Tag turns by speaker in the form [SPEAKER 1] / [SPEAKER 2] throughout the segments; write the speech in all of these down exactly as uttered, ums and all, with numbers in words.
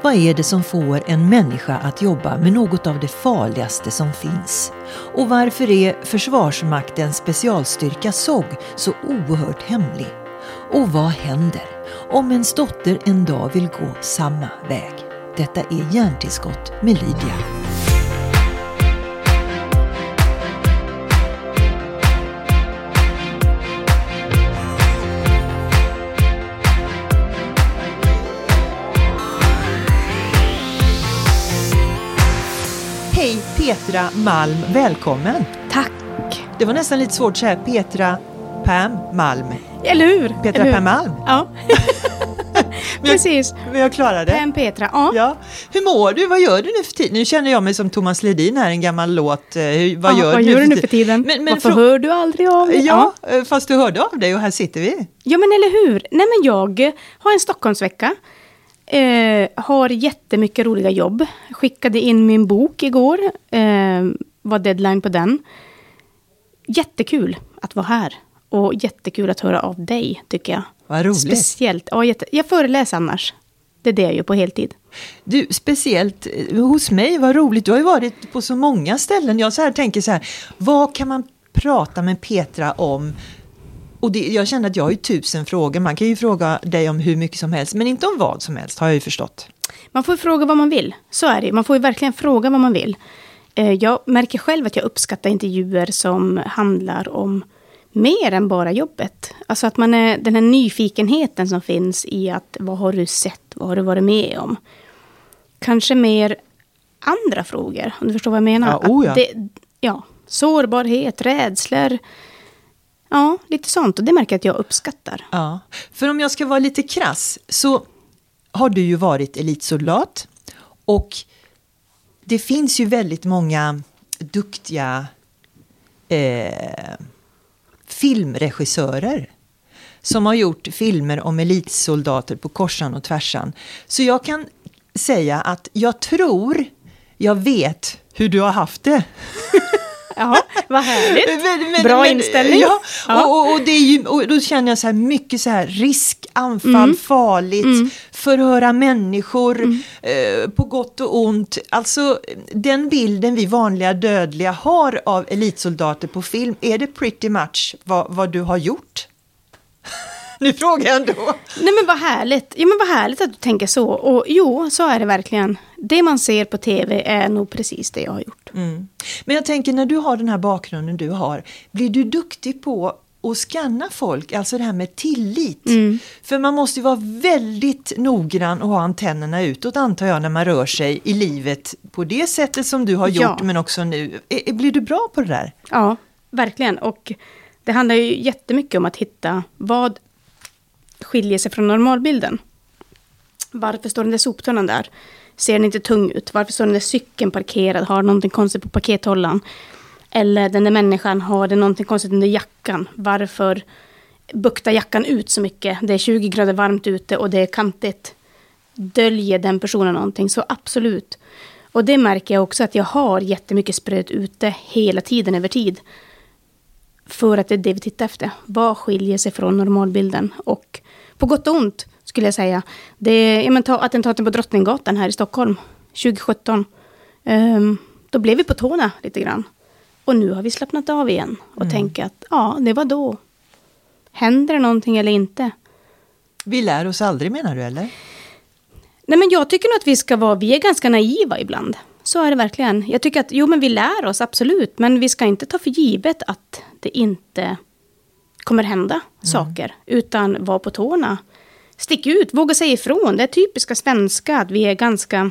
[SPEAKER 1] Vad är det som får en människa att jobba med något av det farligaste som finns? Och varför är Försvarsmaktens specialstyrka S O G så oerhört hemlig? Och vad händer om ens dotter en dag vill gå samma väg? Detta är Hjärntillskott med Lydia. Hej Petra Malm, välkommen.
[SPEAKER 2] Tack.
[SPEAKER 1] Det var nästan lite svårt att säga Petra Pam Malm.
[SPEAKER 2] Eller hur?
[SPEAKER 1] Petra
[SPEAKER 2] Eller hur?
[SPEAKER 1] Pam Malm.
[SPEAKER 2] Ja. Precis.
[SPEAKER 1] Men jag klarade det.
[SPEAKER 2] Pam Petra, ja.
[SPEAKER 1] ja. Hur mår du? Vad gör du nu för tiden? Nu känner jag mig som Thomas Ledin här, en gammal låt. Hur, vad
[SPEAKER 2] ja,
[SPEAKER 1] gör,
[SPEAKER 2] vad
[SPEAKER 1] du,
[SPEAKER 2] gör
[SPEAKER 1] nu
[SPEAKER 2] du nu för tiden? Men, men Varför frå- hör du aldrig av dig?
[SPEAKER 1] Ja, ja, fast du hörde av dig och här sitter vi.
[SPEAKER 2] Ja, men eller hur? Nej, men jag har en Stockholmsvecka. Eh, har jättemycket roliga jobb. Skickade in min bok igår. Eh, var deadline på den. Jättekul att vara här. Och jättekul att höra av dig, tycker jag.
[SPEAKER 1] Vad roligt.
[SPEAKER 2] Speciellt. Ja, jätte- jag föreläser annars. Det är det jag gör på heltid.
[SPEAKER 1] Du, speciellt hos mig, vad roligt. Du har ju varit på så många ställen. Jag så här tänker så här, vad kan man prata med Petra om? Och det, jag känner att jag har ju tusen frågor. Man kan ju fråga dig om hur mycket som helst, men inte om vad som helst, har jag ju förstått.
[SPEAKER 2] Man får ju fråga vad man vill. Så är det. Man får ju verkligen fråga vad man vill. Jag märker själv att jag uppskattar intervjuer som handlar om mer än bara jobbet. Alltså att man är, den här nyfikenheten som finns i att vad har du sett, vad har du varit med om? Kanske mer andra frågor, om du förstår vad jag menar.
[SPEAKER 1] Ja, oh ja.
[SPEAKER 2] Att det, ja, sårbarhet, rädslor. Ja, lite sånt. Och det märker jag att jag uppskattar.
[SPEAKER 1] Ja, för om jag ska vara lite krass så har du ju varit elitsoldat. Och det finns ju väldigt många duktiga eh, filmregissörer som har gjort filmer om elitsoldater på korsan och tvärsan. Så jag kan säga att jag tror, jag vet hur du har haft det.
[SPEAKER 2] Ja, vad härligt.
[SPEAKER 1] Men, men,
[SPEAKER 2] Bra
[SPEAKER 1] men,
[SPEAKER 2] inställning.
[SPEAKER 1] Ja,
[SPEAKER 2] ja.
[SPEAKER 1] Och, och, det är ju, och då känner jag så här mycket så här risk, anfall,
[SPEAKER 2] Mm.
[SPEAKER 1] farligt,
[SPEAKER 2] Mm.
[SPEAKER 1] förhöra människor
[SPEAKER 2] Mm.
[SPEAKER 1] eh, på gott och ont. Alltså den bilden vi vanliga dödliga har av elitsoldater på film, är det pretty much vad, vad du har gjort? Nu frågar jag ändå.
[SPEAKER 2] Nej, men vad härligt. Ja, men vad härligt att du tänker så. Och jo, så är det verkligen. Det man ser på tv är nog precis det jag har gjort.
[SPEAKER 1] Mm. Men jag tänker, när du har den här bakgrunden du har, blir du duktig på att scanna folk? Alltså det här med tillit.
[SPEAKER 2] Mm.
[SPEAKER 1] För man måste ju vara väldigt noggrann och ha antennerna utåt, antar jag, när man rör sig i livet på det sättet som du har gjort,
[SPEAKER 2] Ja.
[SPEAKER 1] men också nu. Är, blir du bra på det där?
[SPEAKER 2] Ja, verkligen. Och det handlar ju jättemycket om att hitta vad skiljer sig från normalbilden. Varför står den där soptunnan där? Ser den inte tung ut? Varför står den där cykeln parkerad? Har någonting konstigt på pakethållaren? Eller den där människan, har det någonting konstigt under jackan? Varför buktar jackan ut så mycket? Det är tjugo grader varmt ute och det är kantigt. Döljer den personen någonting? Så absolut. Och det märker jag också att jag har jättemycket spröt ute hela tiden över tid. För att det är det vi tittar efter. Vad skiljer sig från normalbilden? Och på gott och ont skulle jag säga. Det är, ja, men ta attentaten på Drottninggatan här i Stockholm tjugo sjutton. Um, då blev vi på tårna lite grann. Och nu har vi slappnat av igen. Och
[SPEAKER 1] Mm.
[SPEAKER 2] tänker att ja, det var då. Händer det någonting eller inte?
[SPEAKER 1] Vi lär oss aldrig, menar du, eller?
[SPEAKER 2] Nej, men jag tycker nog att vi ska vara, vi är ganska naiva ibland. Så är det verkligen. Jag tycker att, jo men vi lär oss absolut. Men vi ska inte ta för givet att det inte kommer hända mm. saker. Utan vara på tårna. Stick ut, våga säga ifrån. Det är typiska svenska att vi är ganska,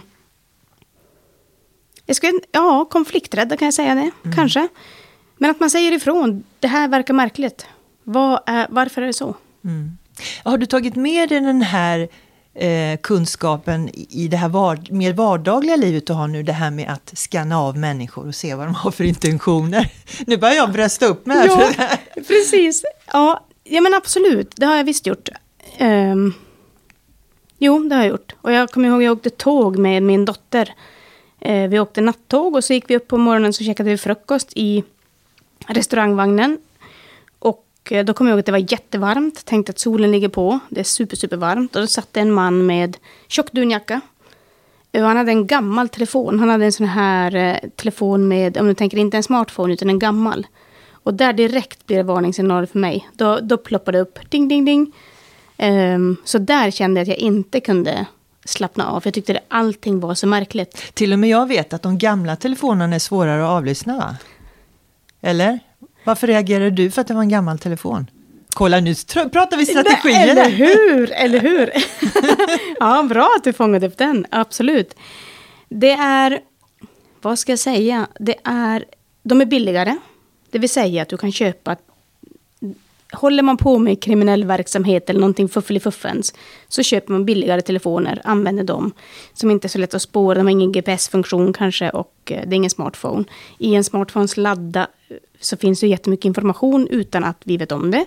[SPEAKER 2] jag ska, ja, konflikträdda, kan jag säga det? Mm. Kanske. Men att man säger ifrån, det här verkar märkligt. Vad är, varför är det så?
[SPEAKER 1] Mm. Har du tagit med dig den här eh, kunskapen i det här vard- mer vardagliga livet du har nu, det här med att scanna av människor och se vad de har för intentioner? Nu börjar jag brösta upp med
[SPEAKER 2] ja,
[SPEAKER 1] det här.
[SPEAKER 2] Precis. Ja, ja, men absolut. Det har jag visst gjort. Um, jo, det har jag gjort. Och jag kommer ihåg att jag åkte tåg med min dotter. Uh, vi åkte nattåg och så gick vi upp på morgonen, så käkade vi frukost i restaurangvagnen. Och då kom jag ihåg att det var jättevarmt. Tänkte att solen ligger på. Det är super, super varmt. Och då satt en man med tjock dunjacka. Han hade en gammal telefon. Han hade en sån här eh, telefon med, om du tänker inte en smartphone utan en gammal. Och där direkt blir det varningssignal för mig. Då, då ploppade det upp, ding, ding, ding. Um, så där kände jag att jag inte kunde slappna av. För jag tyckte att allting var så märkligt.
[SPEAKER 1] Till och med jag vet att de gamla telefonerna är svårare att avlyssna, va? Eller? Varför reagerar du för att det var en gammal telefon? Kolla, nu tr- pratar vi strategier.
[SPEAKER 2] Eller hur? Eller hur? Ja, bra att du fångade upp den. Absolut. Det är, vad ska jag säga? Det är, de är billigare. Det vill säga att du kan köpa, håller man på med kriminell verksamhet eller någonting fuffelifuffens, så köper man billigare telefoner, använder dem, som inte är så lätt att spåra, de har ingen G P S-funktion kanske, och det är ingen smartphone. I en smartphones ladda så finns det jättemycket information utan att vi vet om det.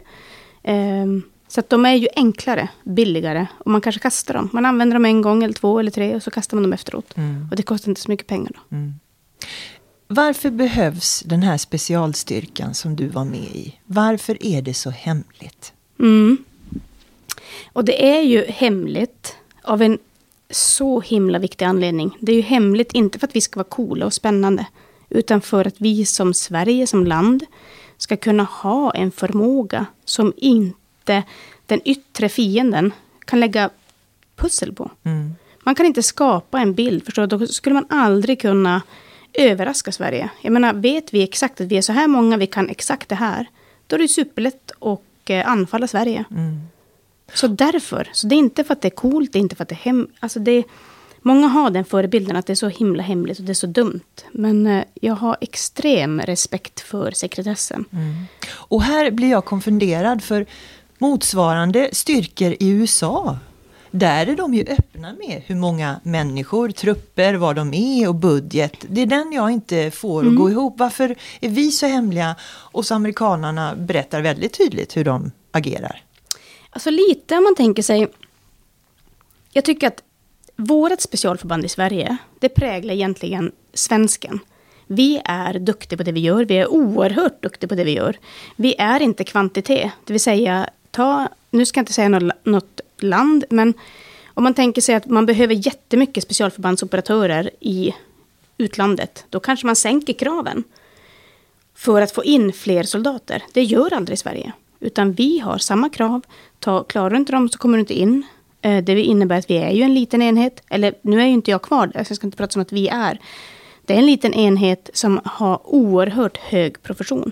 [SPEAKER 2] Så att de är ju enklare, billigare, och man kanske kastar dem. Man använder dem en gång eller två eller tre och så kastar man dem efteråt. Mm. Och det kostar inte så mycket pengar då.
[SPEAKER 1] Mm. Varför behövs den här specialstyrkan som du var med i? Varför är det så hemligt?
[SPEAKER 2] Mm. Och det är ju hemligt av en så himla viktig anledning. Det är ju hemligt inte för att vi ska vara coola och spännande, utan för att vi som Sverige, som land, ska kunna ha en förmåga som inte den yttre fienden kan lägga pussel på. Mm. Man kan inte skapa en bild, förstår du? Då skulle man aldrig kunna överraska Sverige. Jag menar, vet vi exakt att vi är så här många, vi kan exakt det här, då är det superlätt att anfalla Sverige. Mm. Så därför, så det är inte för att det är coolt, det är inte för att det är hem, alltså det är, många har den förebilden att det är så himla hemligt och det är så dumt. Men jag har extrem respekt för sekretessen. Mm.
[SPEAKER 1] Och här blir jag konfunderad, för motsvarande styrkor i U S A, där är de ju öppna med hur många människor, trupper, vad de är och budget. Det är den jag inte får att mm. gå ihop. Varför är vi så hemliga och så amerikanerna berättar väldigt tydligt hur de agerar?
[SPEAKER 2] Alltså lite om man tänker sig, jag tycker att vårt specialförband i Sverige, det präglar egentligen svensken. Vi är duktiga på det vi gör. Vi är oerhört duktiga på det vi gör. Vi är inte kvantitet. Det vill säga, ta, nu ska jag inte säga något, något land, men om man tänker sig att man behöver jättemycket specialförbandsoperatörer i utlandet, då kanske man sänker kraven för att få in fler soldater. Det gör aldrig Sverige. Utan vi har samma krav. Ta, klarar du inte dem så kommer du inte in. Det innebär att vi är ju en liten enhet. Eller nu är ju inte jag kvar där, så jag ska inte prata som att vi är. Det är en liten enhet som har oerhört hög profession.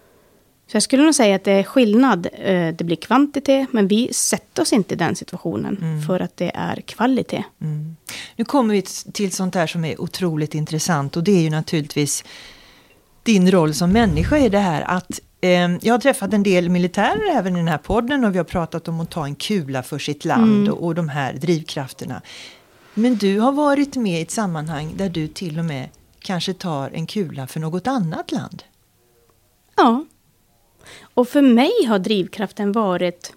[SPEAKER 2] Så jag skulle nog säga att det är skillnad. Det blir kvantitet, men vi sätter oss inte i den situationen mm. för att det är kvalitet. Mm.
[SPEAKER 1] Nu kommer vi till sånt här som är otroligt intressant, och det är ju naturligtvis din roll som människa i det här. Att eh, jag har träffat en del militärer även i den här podden, och vi har pratat om att ta en kula för sitt land mm. och, och de här drivkrafterna. Men du har varit med i ett sammanhang där du till och med kanske tar en kula för något annat land.
[SPEAKER 2] Ja. Och för mig har drivkraften varit,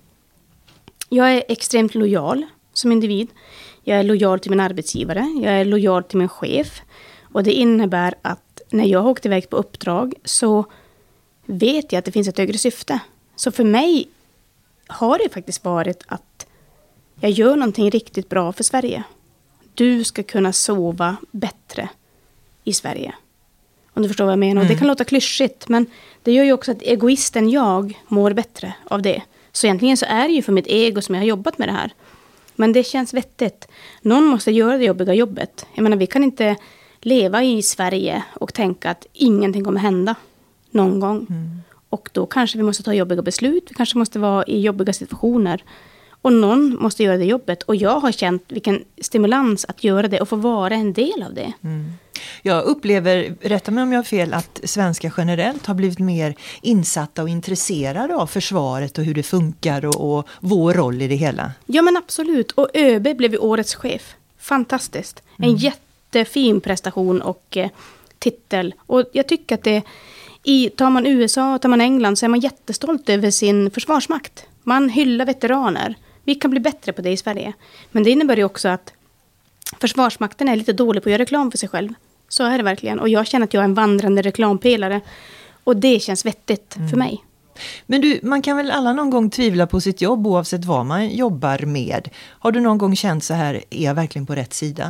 [SPEAKER 2] jag är extremt lojal som individ. Jag är lojal till min arbetsgivare. Jag är lojal till min chef. Och det innebär att när jag har åkt iväg på uppdrag så vet jag att det finns ett högre syfte. Så för mig har det faktiskt varit att jag gör någonting riktigt bra för Sverige. Du ska kunna sova bättre i Sverige. Om du förstår vad jag menar. Mm. Det kan låta klyschigt, men det gör ju också att egoisten jag mår bättre av det. Så egentligen så är det ju för mitt ego som jag har jobbat med det här. Men det känns vettigt. Någon måste göra det jobbiga jobbet. Jag menar, vi kan inte leva i Sverige och tänka att ingenting kommer hända någon gång. Mm. Och då kanske vi måste ta jobbiga beslut. Vi kanske måste vara i jobbiga situationer. Och någon måste göra det jobbet. Och jag har känt vilken stimulans att göra det och få vara en del av det.
[SPEAKER 1] Mm. Jag upplever, rätta mig om jag har fel, att svenskar generellt har blivit mer insatta och intresserade av försvaret och hur det funkar och, och vår roll i det hela.
[SPEAKER 2] Ja, men absolut. Och ÖB blev ju årets chef. Fantastiskt. En mm. jättefin prestation och eh, titel. Och jag tycker att det, i, tar man U S A, tar man England, så är man jättestolt över sin försvarsmakt. Man hyllar veteraner. Vi kan bli bättre på det i Sverige. Men det innebär ju också att Försvarsmakten är lite dålig på att göra reklam för sig själv. Så är det verkligen. Och jag känner att jag är en vandrande reklampelare. Och det känns vettigt mm. för mig.
[SPEAKER 1] Men du, man kan väl alla någon gång tvivla på sitt jobb oavsett vad man jobbar med. Har du någon gång känt så här, är jag verkligen på rätt sida?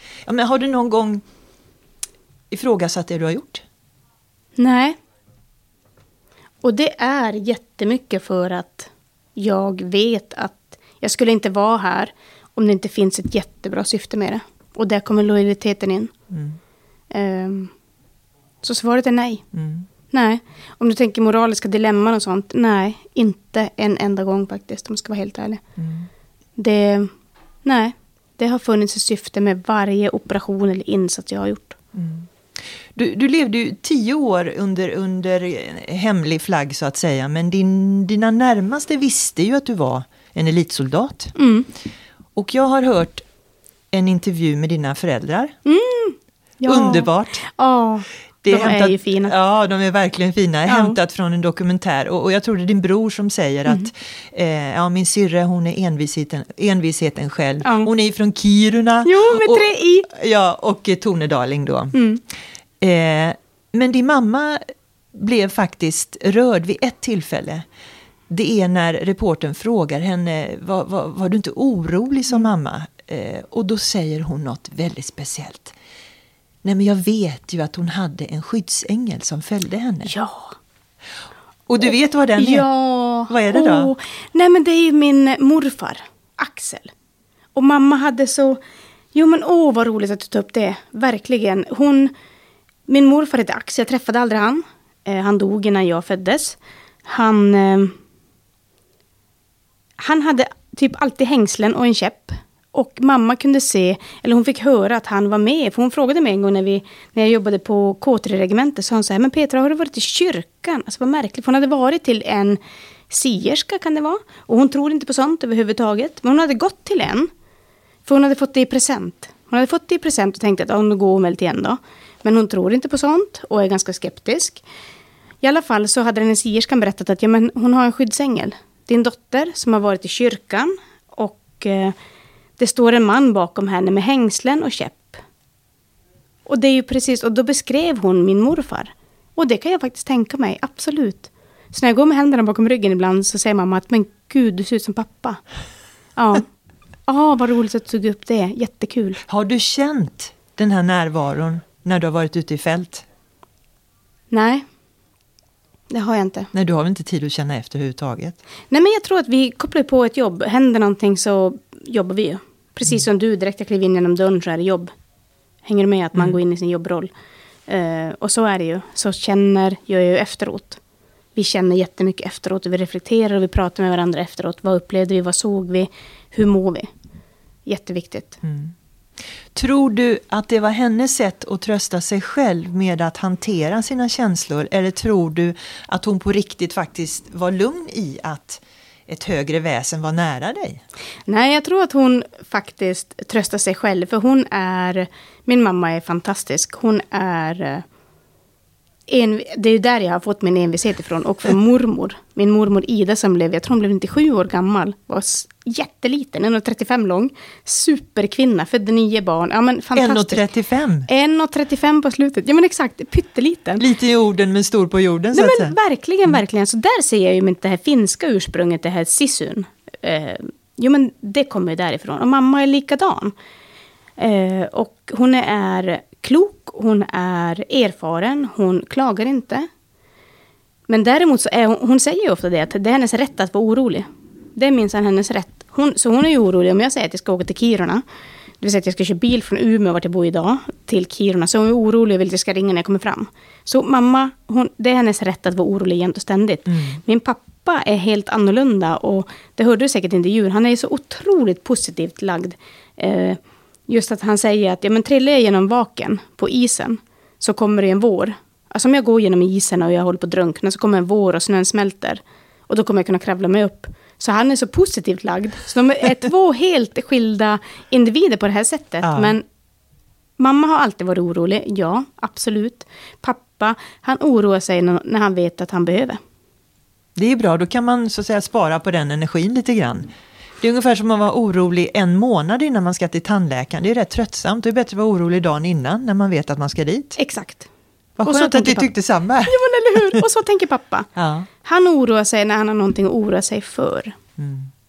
[SPEAKER 1] Ja, men har du någon gång ifrågasatt det du har gjort?
[SPEAKER 2] Nej. Och det är jättemycket för att jag vet att jag skulle inte vara här om det inte finns ett jättebra syfte med det. Och där kommer lojaliteten in.
[SPEAKER 1] Mm.
[SPEAKER 2] Um, så svaret är nej.
[SPEAKER 1] Mm.
[SPEAKER 2] Nej. Om du tänker moraliska dilemman och sånt. Nej, inte en enda gång faktiskt. Om jag ska vara helt ärlig.
[SPEAKER 1] Mm.
[SPEAKER 2] Det, nej, det har funnits ett syfte med varje operation eller insats jag har gjort.
[SPEAKER 1] Mm. Du, du levde ju tio år under, under hemlig flagg så att säga. Men din, dina närmaste visste ju att du var en elitsoldat.
[SPEAKER 2] Mm.
[SPEAKER 1] Och jag har hört en intervju med dina föräldrar.
[SPEAKER 2] Mm. Ja.
[SPEAKER 1] Underbart.
[SPEAKER 2] Ja,
[SPEAKER 1] det är
[SPEAKER 2] de
[SPEAKER 1] hämtat,
[SPEAKER 2] är ju fina.
[SPEAKER 1] Ja, de är verkligen fina.
[SPEAKER 2] Ja.
[SPEAKER 1] Hämtat från en dokumentär. Och, och jag tror det är din bror som säger
[SPEAKER 2] Mm.
[SPEAKER 1] att eh, ja, min syrra, hon är envisheten, envisheten själv.
[SPEAKER 2] Ja.
[SPEAKER 1] Hon är från Kiruna.
[SPEAKER 2] Jo, med
[SPEAKER 1] och,
[SPEAKER 2] tre i.
[SPEAKER 1] Ja, och eh, Tornedaling då.
[SPEAKER 2] Mm.
[SPEAKER 1] Eh, men din mamma blev faktiskt rörd vid ett tillfälle. Det är när reportern frågar henne, var, var, var du inte orolig som mamma? Eh, och då säger hon något väldigt speciellt. Nej, men jag vet ju att hon hade en skyddsängel som följde henne.
[SPEAKER 2] Ja.
[SPEAKER 1] Och du vet vad den är?
[SPEAKER 2] Ja.
[SPEAKER 1] Vad är det då?
[SPEAKER 2] Oh. Nej, men det är ju min morfar, Axel. Och mamma hade så... Jo, men åh, vad roligt att du tog upp det. Verkligen. Hon... Min morfar heter Axel, jag träffade aldrig han. Eh, han dog innan jag föddes. Han... Eh, han hade typ alltid hängslen och en käpp. Och mamma kunde se, eller hon fick höra att han var med. För hon frågade mig en gång när, vi, när jag jobbade på K tre-regementet. Så hon sa, men Petra, har du varit i kyrkan? Alltså vad märkligt. För hon hade varit till en sierska kan det vara. Och hon tror inte på sånt överhuvudtaget. Men hon hade gått till en. För hon hade fått det i present. Hon hade fått det i present och tänkte att hon går väl till en då. Men hon tror inte på sånt och är ganska skeptisk. I alla fall så hade den här sierskan berättat att ja, men hon har en skyddsängel. Din dotter som har varit i kyrkan. Och eh, det står en man bakom henne med hängslen och käpp. Och det är ju precis, och då beskrev hon min morfar. Och det kan jag faktiskt tänka mig, absolut. Så när jag går med händerna bakom ryggen ibland så säger mamma att men gud, du ser ut som pappa. Ja, ah, vad roligt att du tog upp det, jättekul.
[SPEAKER 1] Har du känt den här närvaron när du har varit ute i fält?
[SPEAKER 2] Nej, det har jag inte.
[SPEAKER 1] Nej, du har väl inte tid att känna efter överhuvudtaget?
[SPEAKER 2] Nej, men jag tror att vi kopplar på ett jobb. Händer någonting så jobbar vi ju. Precis mm. som du, direkt jag kliver in genom dörren så är det jobb. Hänger du med att man mm. går in i sin jobbroll? Uh, och så är det ju. Så känner jag ju efteråt. Vi känner jättemycket efteråt. Och vi reflekterar och vi pratar med varandra efteråt. Vad upplevde vi? Vad såg vi? Hur mår vi? Jätteviktigt.
[SPEAKER 1] Mm. Tror du att det var hennes sätt att trösta sig själv med att hantera sina känslor? Eller tror du att hon på riktigt faktiskt var lugn i att ett högre väsen var nära dig?
[SPEAKER 2] Nej, jag tror att hon faktiskt tröstar sig själv. För hon är, min mamma är fantastisk. Hon är, en, det är ju där jag har fått min envishet ifrån. Och från mormor. Min mormor Ida som blev, jag tror hon blev nittiosju år gammal. Var jätteliten, en komma trettiofem lång. Superkvinna, födde nio barn. Ja, men fantastisk.
[SPEAKER 1] en komma trettiofem?
[SPEAKER 2] en komma trettiofem på slutet. Ja, men exakt, pytteliten.
[SPEAKER 1] Lite i orden men stor på jorden.
[SPEAKER 2] Nej,
[SPEAKER 1] så att
[SPEAKER 2] men
[SPEAKER 1] säga.
[SPEAKER 2] verkligen, mm. verkligen. Så där ser jag ju med det här finska ursprunget, det här sisun. Eh, jo, men det kommer ju därifrån. Och mamma är likadan. Eh, och hon är klok, hon är erfaren, hon klagar inte. Men däremot så är hon, hon säger ju ofta det, att det är hennes rätt att vara orolig. Det är minsann hennes rätt. Hon, så hon är ju orolig om jag säger att jag ska åka till Kiruna. Det vill säga att jag ska köra bil från Umeå vart jag bor idag till Kiruna. Så hon är orolig och vill att jag ska ringa när jag kommer fram. Så mamma, hon, det är hennes rätt att vara orolig jämt och ständigt. Mm. Min pappa är helt annorlunda och det hörde du säkert i intervjun. Han är så otroligt positivt lagd. Eh, just att han säger att ja, men trillar jag genom vaken på isen så kommer det en vår. Alltså om jag går genom isen och jag håller på att drunkna så kommer en vår och snön smälter. Och då kommer jag kunna kravla mig upp. Så han är så positivt lagd. Så de är två helt skilda individer på det här sättet. Ja. Men mamma har alltid varit orolig. Ja, absolut. Pappa, han oroar sig när han vet att han behöver.
[SPEAKER 1] Det är bra, då kan man så att säga spara på den energin lite grann. Det är ungefär som att vara orolig en månad innan man ska till tandläkaren. Det är rätt tröttsamt. Det är bättre att vara orolig dagen innan när man vet att man ska dit.
[SPEAKER 2] Exakt.
[SPEAKER 1] Vad skönt att du tyckte samma.
[SPEAKER 2] Ja, men eller hur? Och så tänker pappa.
[SPEAKER 1] Ja.
[SPEAKER 2] Han oroar sig när han har någonting att oroa sig för.
[SPEAKER 1] Mm.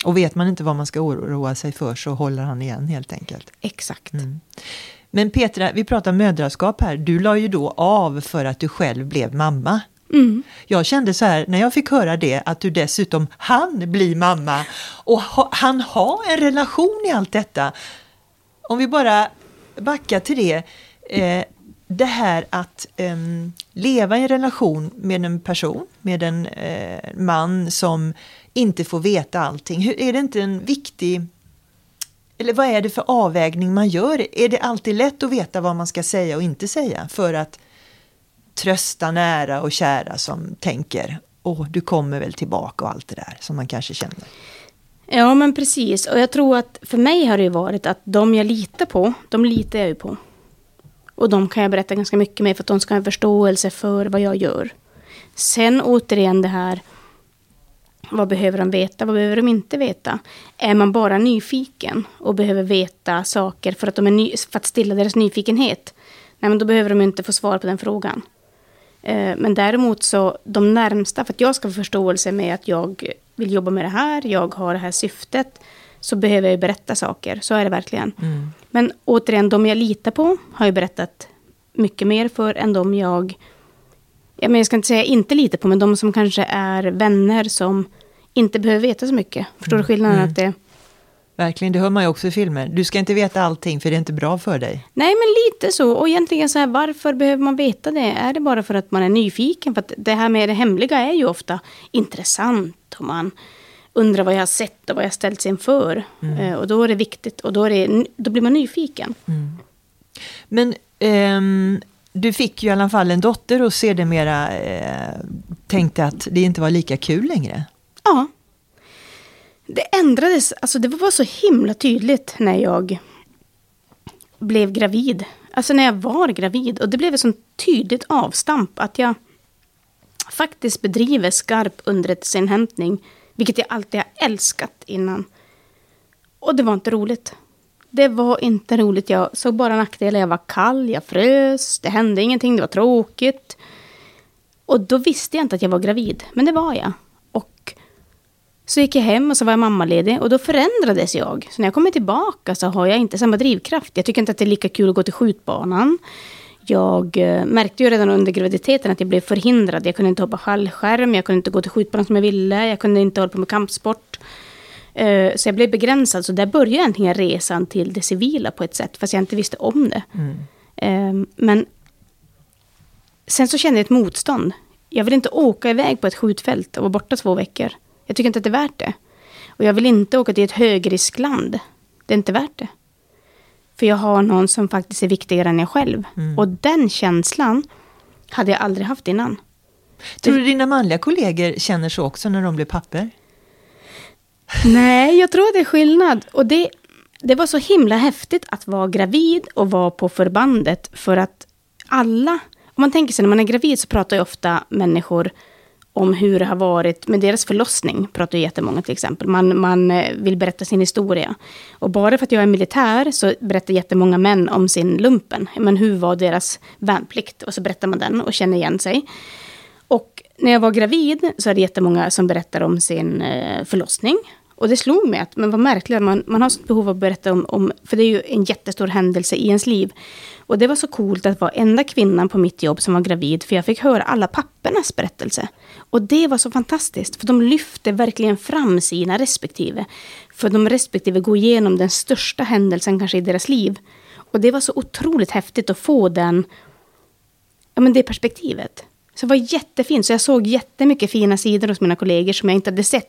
[SPEAKER 1] Och vet man inte vad man ska oroa sig för så håller han igen helt enkelt.
[SPEAKER 2] Exakt.
[SPEAKER 1] Mm. Men Petra, vi pratar mödraskap här. Du la ju då av för att du själv blev mamma.
[SPEAKER 2] Mm.
[SPEAKER 1] Jag kände så här, när jag fick höra det, att du dessutom han blir mamma. Och ha, han har en relation i allt detta. Om vi bara backar till det. Eh, det här att eh, leva i en relation med en person, med en eh, man som inte får veta allting. Hur, är det inte en viktig... Eller vad är det för avvägning man gör? Är det alltid lätt att veta vad man ska säga och inte säga? För att trösta nära och kära som tänker, åh, du kommer väl tillbaka och allt det där som man kanske känner.
[SPEAKER 2] Ja, men precis. Och jag tror att för mig har det ju varit att de jag litar på, de litar jag ju på. Och de kan jag berätta ganska mycket med för att de ska ha en förståelse för vad jag gör. Sen återigen det här, vad behöver de veta, vad behöver de inte veta? Är man bara nyfiken och behöver veta saker för att, de är ny, för att stilla deras nyfikenhet? Nej, men då behöver de inte få svar på den frågan. Eh, men däremot så, de närmsta, för att jag ska få förståelse med att jag vill jobba med det här, jag har det här syftet, så behöver jag berätta saker. Så är det verkligen. Mm. Men återigen, de jag litar på har jag berättat mycket mer för än de jag... Ja, men jag ska inte säga inte litar på, men de som kanske är vänner som inte behöver veta så mycket. Förstår du skillnaden? Mm. Att det...
[SPEAKER 1] Verkligen, det hör man ju också i filmer. Du ska inte veta allting för det är inte bra för dig.
[SPEAKER 2] Nej, men lite så. Och egentligen så här, varför behöver man veta det? Är det bara för att man är nyfiken? För att det här med det hemliga är ju ofta intressant. Och man undrar vad jag har sett och vad jag har ställt sig inför. Mm. Eh, och då är det viktigt. Och då, är det, då blir man nyfiken.
[SPEAKER 1] Mm. Men ehm, du fick ju i alla fall en dotter och sedermera eh, tänkte att det inte var lika kul längre.
[SPEAKER 2] Ja. Det ändrades, alltså det var så himla tydligt när jag blev gravid. Alltså när jag var gravid. Och det blev ett så tydligt avstamp att jag faktiskt bedriver skarp underrättelseinhämtning. Vilket jag alltid har älskat innan. Och det var inte roligt. Det var inte roligt. Jag såg bara nackdelar. Jag var kall, jag frös. Det hände ingenting, det var tråkigt. Och då visste jag inte att jag var gravid. Men det var jag. Och så gick jag hem och så var jag mammaledig. Och då förändrades jag. Så när jag kommer tillbaka så har jag inte samma drivkraft. Jag tycker inte att det är lika kul att gå till skjutbanan. Jag märkte ju redan under graviditeten att jag blev förhindrad. Jag kunde inte hoppa fallskärm. Jag kunde inte gå till skjutbanan som jag ville. Jag kunde inte hålla på med kampsport. Så jag blev begränsad. Så där började egentligen resan till det civila på ett sätt. Fast jag inte visste om det. Mm. Men sen så kände jag ett motstånd. Jag vill inte åka iväg på ett skjutfält och vara borta två veckor. Jag tycker inte att det är värt det. Och jag vill inte åka till ett högriskland. Det är inte värt det. För jag har någon som faktiskt är viktigare än jag själv. Mm. Och den känslan hade jag aldrig haft innan.
[SPEAKER 1] Tror du dina manliga kollegor känner så också när de blir papper?
[SPEAKER 2] Nej, jag tror det är skillnad. Och det, det var så himla häftigt att vara gravid och vara på förbandet. För att alla, om man tänker sig när man är gravid så pratar ju ofta människor om hur det har varit med deras förlossning. Pratar ju jättemånga till exempel. Man, man vill berätta sin historia. Och bara för att jag är militär så berättar jättemånga män om sin lumpen. Men hur var deras värnplikt? Och så berättar man den och känner igen sig. Och när jag var gravid så är det jättemånga som berättar om sin förlossning. Och det slog mig att men vad märkligt, man, man har sånt behov av att berätta om, om, för det är ju en jättestor händelse i ens liv. Och det var så coolt att vara enda kvinnan på mitt jobb som var gravid, för jag fick höra alla pappernas berättelse. Och det var så fantastiskt, för de lyfte verkligen fram sina respektive. För de respektive går igenom den största händelsen kanske i deras liv. Och det var så otroligt häftigt att få den, ja men det perspektivet. Så det var jättefint, så jag såg jättemycket fina sidor hos mina kollegor som jag inte hade sett.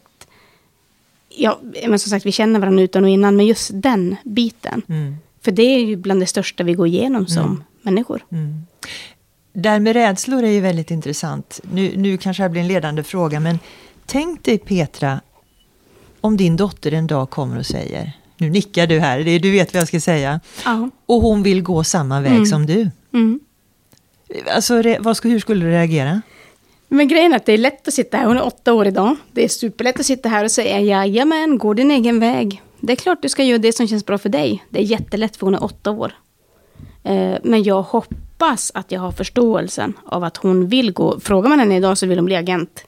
[SPEAKER 2] Ja, men som sagt, vi känner varandra utan och innan, men just den biten. Mm. För det är ju bland det största vi går igenom som mm. människor. Mm.
[SPEAKER 1] Där med rädslor är ju väldigt intressant. Nu, nu kanske det blir en ledande fråga, men tänk dig Petra, om din dotter en dag kommer och säger, nu nickar du här, det, du vet vad jag ska säga. Ja. Och hon vill gå samma väg mm. som du. Mm. Alltså, vad ska, hur skulle du reagera?
[SPEAKER 2] Men grejen är att det är lätt att sitta här. Hon är åtta år idag. Det är superlätt att sitta här och säga jajamän, gå din egen väg. Det är klart du ska göra det som känns bra för dig. Det är jättelätt för hon är åtta år. Eh, men jag hoppas att jag har förståelsen av att hon vill gå. Frågar man henne idag så vill hon bli agent.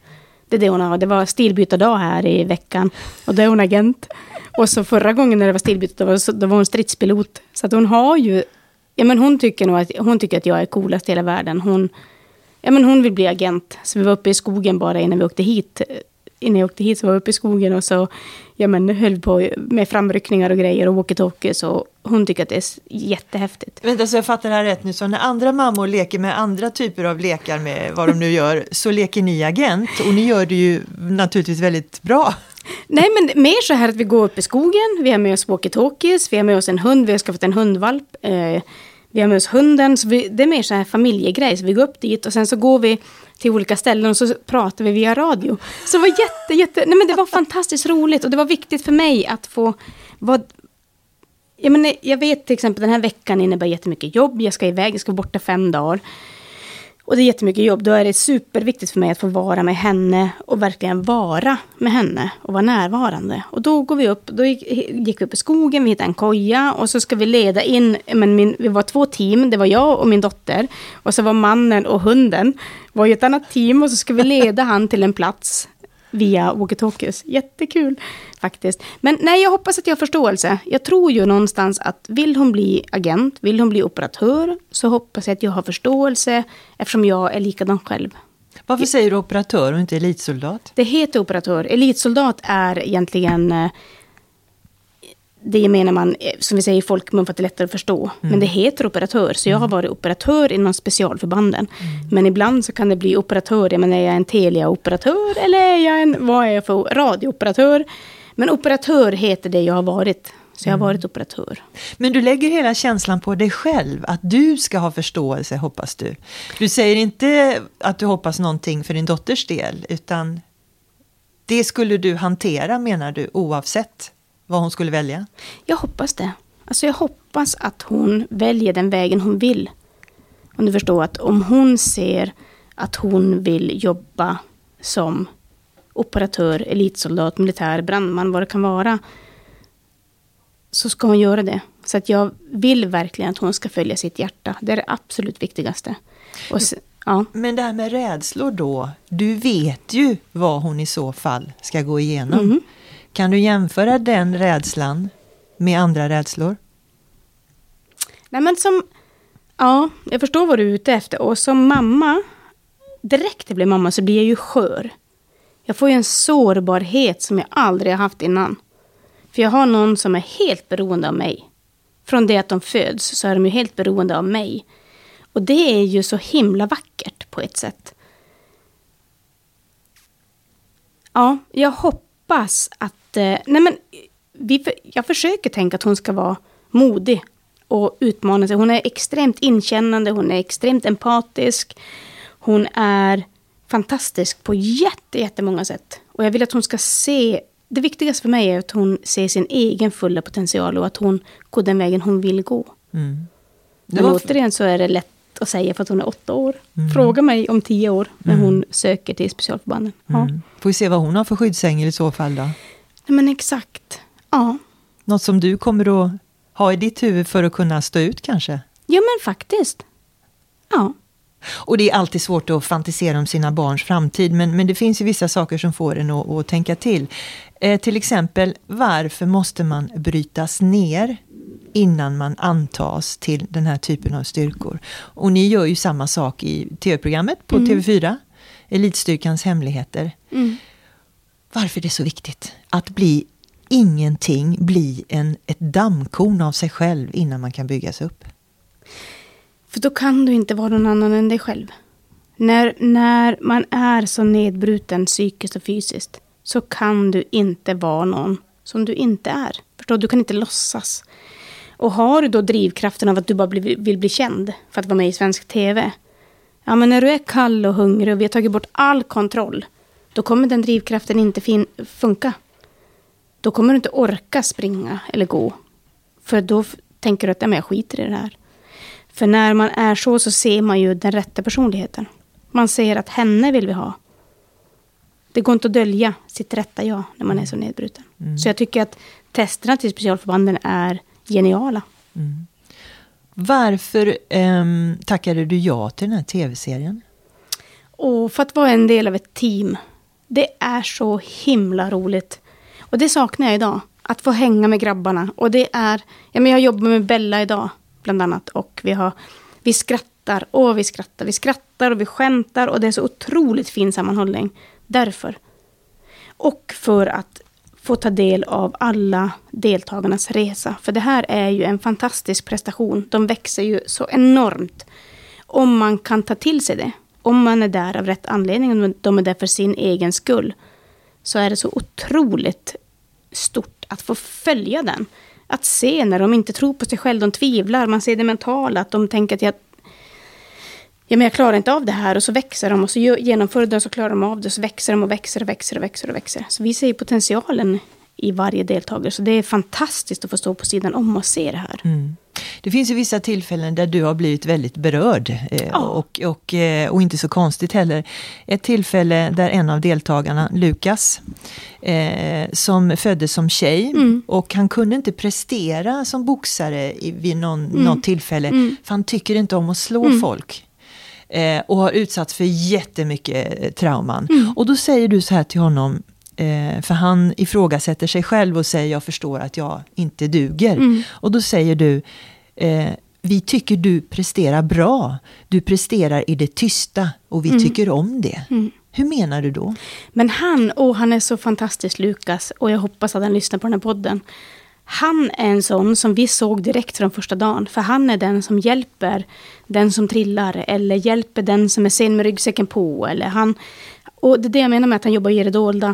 [SPEAKER 2] Det är det hon har. Det var stilbytardag här i veckan. Och då är hon agent. Och så förra gången när det var stilbyte, då var, då var hon stridspilot. Så att hon har ju... Ja, men hon tycker nog att, hon tycker att jag är coolast i hela världen. Hon, ja, men hon vill bli agent. Så vi var uppe i skogen bara innan vi åkte hit. Innan jag åkte hit så var vi uppe i skogen och så ja, men, höll på med framryckningar och grejer och walkie-talkies. Och hon tycker att det är jättehäftigt.
[SPEAKER 1] Vänta, så jag fattar det här rätt nu. Så när andra mammor leker med andra typer av lekar med vad de nu gör, så leker ni agent. Och ni gör det ju naturligtvis väldigt bra.
[SPEAKER 2] Nej, men mer så här att vi går upp i skogen. Vi har med oss walkie-talkies. Vi har med oss en hund. Vi har skaffat en hundvalp. Eh, vi har med oss hunden. Så vi, det är mer så här familjegrej. Så vi går upp dit och sen så går vi till olika ställen och så pratar vi via radio. Så det var jätte, jätte... Nej, men det var fantastiskt roligt. Och det var viktigt för mig att få... Vad, jag, menar, jag vet till exempel den här veckan innebär jättemycket jobb. Jag ska iväg. Jag ska vara borta fem dagar. Och det är jättemycket jobb. Då är det superviktigt för mig att få vara med henne. Och verkligen vara med henne. Och vara närvarande. Och då går vi upp. Då gick, gick vi upp i skogen. Vi hittade en koja. Och så ska vi leda in. Men min, vi var två team. Det var jag och min dotter. Och så var mannen och hunden. Var ju ett annat team. Och så ska vi leda han till en plats. Via walkie-talkies. Jättekul faktiskt. Men nej, jag hoppas att jag har förståelse. Jag tror ju någonstans att vill hon bli agent, vill hon bli operatör, så hoppas jag att jag har förståelse eftersom jag är likadan själv.
[SPEAKER 1] Varför säger du operatör och inte elitsoldat?
[SPEAKER 2] Det heter operatör. Elitsoldat är egentligen det menar man, som vi säger i folkmun för att det är lättare att förstå. Mm. Men det heter operatör. Så jag har varit operatör inom specialförbanden. Mm. Men ibland så kan det bli operatör. Jag menar, är jag en Telia-operatör eller är jag en, vad är jag för radiooperatör? Men operatör heter det jag har varit. Så jag har varit operatör.
[SPEAKER 1] Men du lägger hela känslan på dig själv. Att du ska ha förståelse, hoppas du. Du säger inte att du hoppas någonting för din dotters del. Utan det skulle du hantera, menar du, oavsett vad hon skulle välja?
[SPEAKER 2] Jag hoppas det. Alltså jag hoppas att hon väljer den vägen hon vill. Om du förstår att om hon ser att hon vill jobba som operatör, elitsoldat, militär, brandman, vad det kan vara, så ska hon göra det. Så att jag vill verkligen att hon ska följa sitt hjärta. Det är det absolut viktigaste. Och så, ja.
[SPEAKER 1] Men det här med rädslor då, du vet ju vad hon i så fall ska gå igenom. Mm. Kan du jämföra den rädslan med andra rädslor?
[SPEAKER 2] Nej, men som... Ja, jag förstår vad du är ute efter. Och som mamma, direkt jag blir mamma så blir jag ju skör. Jag får ju en sårbarhet som jag aldrig har haft innan. För jag har någon som är helt beroende av mig. Från det att de föds så är de ju helt beroende av mig. Och det är ju så himla vackert på ett sätt. Ja, jag hoppas att... Nej men, vi, jag försöker tänka att hon ska vara modig och utmana sig. Hon är extremt inkännande, hon är extremt empatisk. Hon är fantastisk på jätte, jättemånga sätt. Och jag vill att hon ska se... Det viktigaste för mig är att hon ser sin egen fulla potential och att hon går den vägen hon vill gå. Mm. Men var... återigen så är det lätt att säga för att hon är åtta år. Mm. Fråga mig om tio år när mm. hon söker till specialförbanden. Ja.
[SPEAKER 1] Mm. Får vi se vad hon har för skyddsängel i så fall då?
[SPEAKER 2] Nej, men exakt. Ja.
[SPEAKER 1] Något som du kommer att ha i ditt huvud för att kunna stå ut kanske?
[SPEAKER 2] Ja, men faktiskt. Ja.
[SPEAKER 1] Och det är alltid svårt att fantisera om sina barns framtid. Men, men det finns ju vissa saker som får en att, att tänka till. Eh, till exempel, varför måste man brytas ner innan man antas till den här typen av styrkor? Och ni gör ju samma sak i tv-programmet på mm. T V fyra. Elitstyrkans hemligheter. Mm. Varför är det så viktigt att bli ingenting, bli en, ett dammkorn av sig själv innan man kan byggas upp?
[SPEAKER 2] För då kan du inte vara någon annan än dig själv. När, när man är så nedbruten psykiskt och fysiskt så kan du inte vara någon som du inte är. Förstår? Du kan inte låtsas. Och har du då drivkraften av att du bara bli, vill bli känd för att vara med i svensk tv. Ja, men när du är kall och hungrig och vi har tagit bort all kontroll, då kommer den drivkraften inte fin- funka. Då kommer du inte orka springa eller gå. För då f- tänker du att jag skiter i det här. För när man är så så ser man ju den rätta personligheten. Man ser att henne vill vi ha. Det går inte att dölja sitt rätta jag när man är så nedbruten. Mm. Så jag tycker att testerna till specialförbanden är geniala.
[SPEAKER 1] Mm. Varför um, tackade du ja till den här tv-serien?
[SPEAKER 2] Och för att vara en del av ett team. Det är så himla roligt. Och det saknar jag idag. Att få hänga med grabbarna. Och det är... Ja, men jag jobbar med Bella idag, bland annat. Och vi, har, vi skrattar och vi skrattar. Vi skrattar och vi skämtar. Och det är så otroligt fin sammanhållning. Därför. Och för att få ta del av alla deltagarnas resa. För det här är ju en fantastisk prestation. De växer ju så enormt. Om man kan ta till sig det. Om man är där av rätt anledning. Om de är där för sin egen skull. Så är det så otroligt stort att få följa den. Att se när de inte tror på sig själv. De tvivlar. Man ser det mentala. Att de tänker att jag, ja, men jag klarar inte av det här. Och så växer de. Och så genomför de och så klarar de av det. Så växer de och växer och växer och växer och växer. Så vi ser potentialen i varje deltagare. Så det är fantastiskt att få stå på sidan om och se det här.
[SPEAKER 1] Mm. Det finns ju vissa tillfällen där du har blivit väldigt berörd. Eh,
[SPEAKER 2] ja.
[SPEAKER 1] och, och, och inte så konstigt heller. Ett tillfälle där en av deltagarna, Lukas, eh, som föddes som tjej. Mm. Och han kunde inte prestera som boxare i, vid någon, mm. något tillfälle. Mm. För han tycker inte om att slå mm. folk. Eh, och har utsatts för jättemycket trauman. Mm. Och då säger du så här till honom... Eh, för han ifrågasätter sig själv och säger jag förstår att jag inte duger. Mm. Och då säger du eh, vi tycker du presterar bra. Du presterar i det tysta och vi mm. tycker om det. Mm. Hur menar du då?
[SPEAKER 2] Men han, och han är så fantastisk, Lukas, och jag hoppas att han lyssnar på den här podden. Han är en sån som vi såg direkt från första dagen. För han är den som hjälper den som trillar eller hjälper den som är sen med ryggsäcken på. Eller han, och det är det jag menar med att han jobbar i det dolda.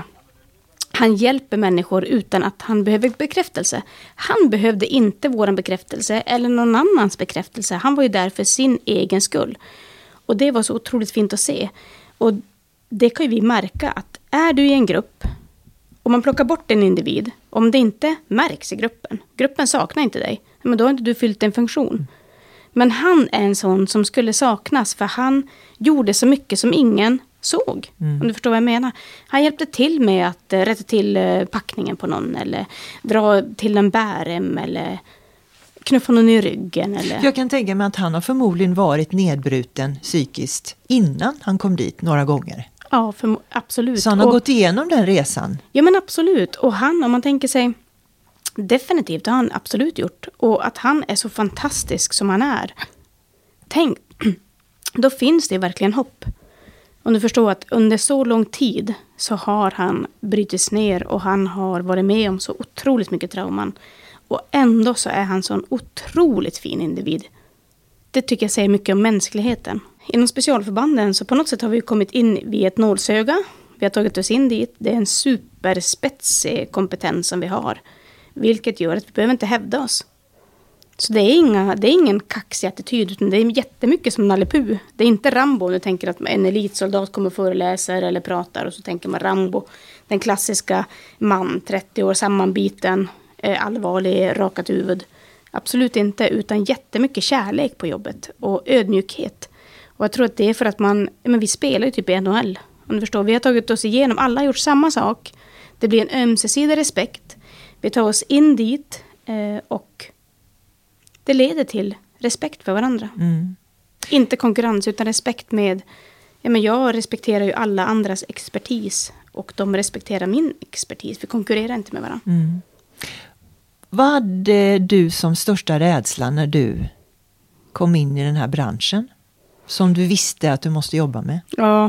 [SPEAKER 2] Han hjälper människor utan att han behöver bekräftelse. Han behövde inte våran bekräftelse eller någon annans bekräftelse. Han var ju där för sin egen skull. Och det var så otroligt fint att se. Och det kan ju vi märka att är du i en grupp och man plockar bort en individ, om det inte märks i gruppen, gruppen saknar inte dig, men då har inte du fyllt en funktion. Men han är en sån som skulle saknas för han gjorde så mycket som ingen såg, mm. om du förstår vad jag menar. Han hjälpte till med att uh, rätta till uh, packningen på någon eller dra till en bärem eller knuffa någon i ryggen. Eller...
[SPEAKER 1] Jag kan tänka mig att han har förmodligen varit nedbruten psykiskt innan han kom dit några gånger.
[SPEAKER 2] Ja, för, absolut.
[SPEAKER 1] Så han har
[SPEAKER 2] och,
[SPEAKER 1] gått igenom den resan.
[SPEAKER 2] Ja, men absolut. Och han, om man tänker sig, definitivt har han absolut gjort. Och att han är så fantastisk som han är. Tänk, då finns det verkligen hopp. Om du förstår att under så lång tid så har han brutits ner och han har varit med om så otroligt mycket trauman. Och ändå så är han så en otroligt fin individ. Det tycker jag säger mycket om mänskligheten. Inom specialförbanden så på något sätt har vi kommit in vid ett nålsöga. Vi har tagit oss in dit. Det är en superspetsig kompetens som vi har. Vilket gör att vi behöver inte hävda oss. Så det är, inga, det är ingen kaxig attityd utan det är jättemycket som Nalle Puh. Det är inte Rambo om du tänker att en elitsoldat kommer och föreläser eller pratar och så tänker man Rambo. Den klassiska man, trettio år, sammanbiten, allvarlig, rakat huvud. Absolut inte, utan jättemycket kärlek på jobbet och ödmjukhet. Och jag tror att det är för att man, men vi spelar ju typ i N H L. Om du förstår, vi har tagit oss igenom, alla har gjort samma sak. Det blir en ömsesidig respekt. Vi tar oss in dit eh, och det leder till respekt för varandra. Mm. Inte konkurrens utan respekt med, ja men jag respekterar ju alla andras expertis och de respekterar min expertis. Vi konkurrerar inte med varandra.
[SPEAKER 1] Mm. Vad hade du som största rädsla när du kom in i den här branschen? Som du visste att du måste jobba med?
[SPEAKER 2] Ja.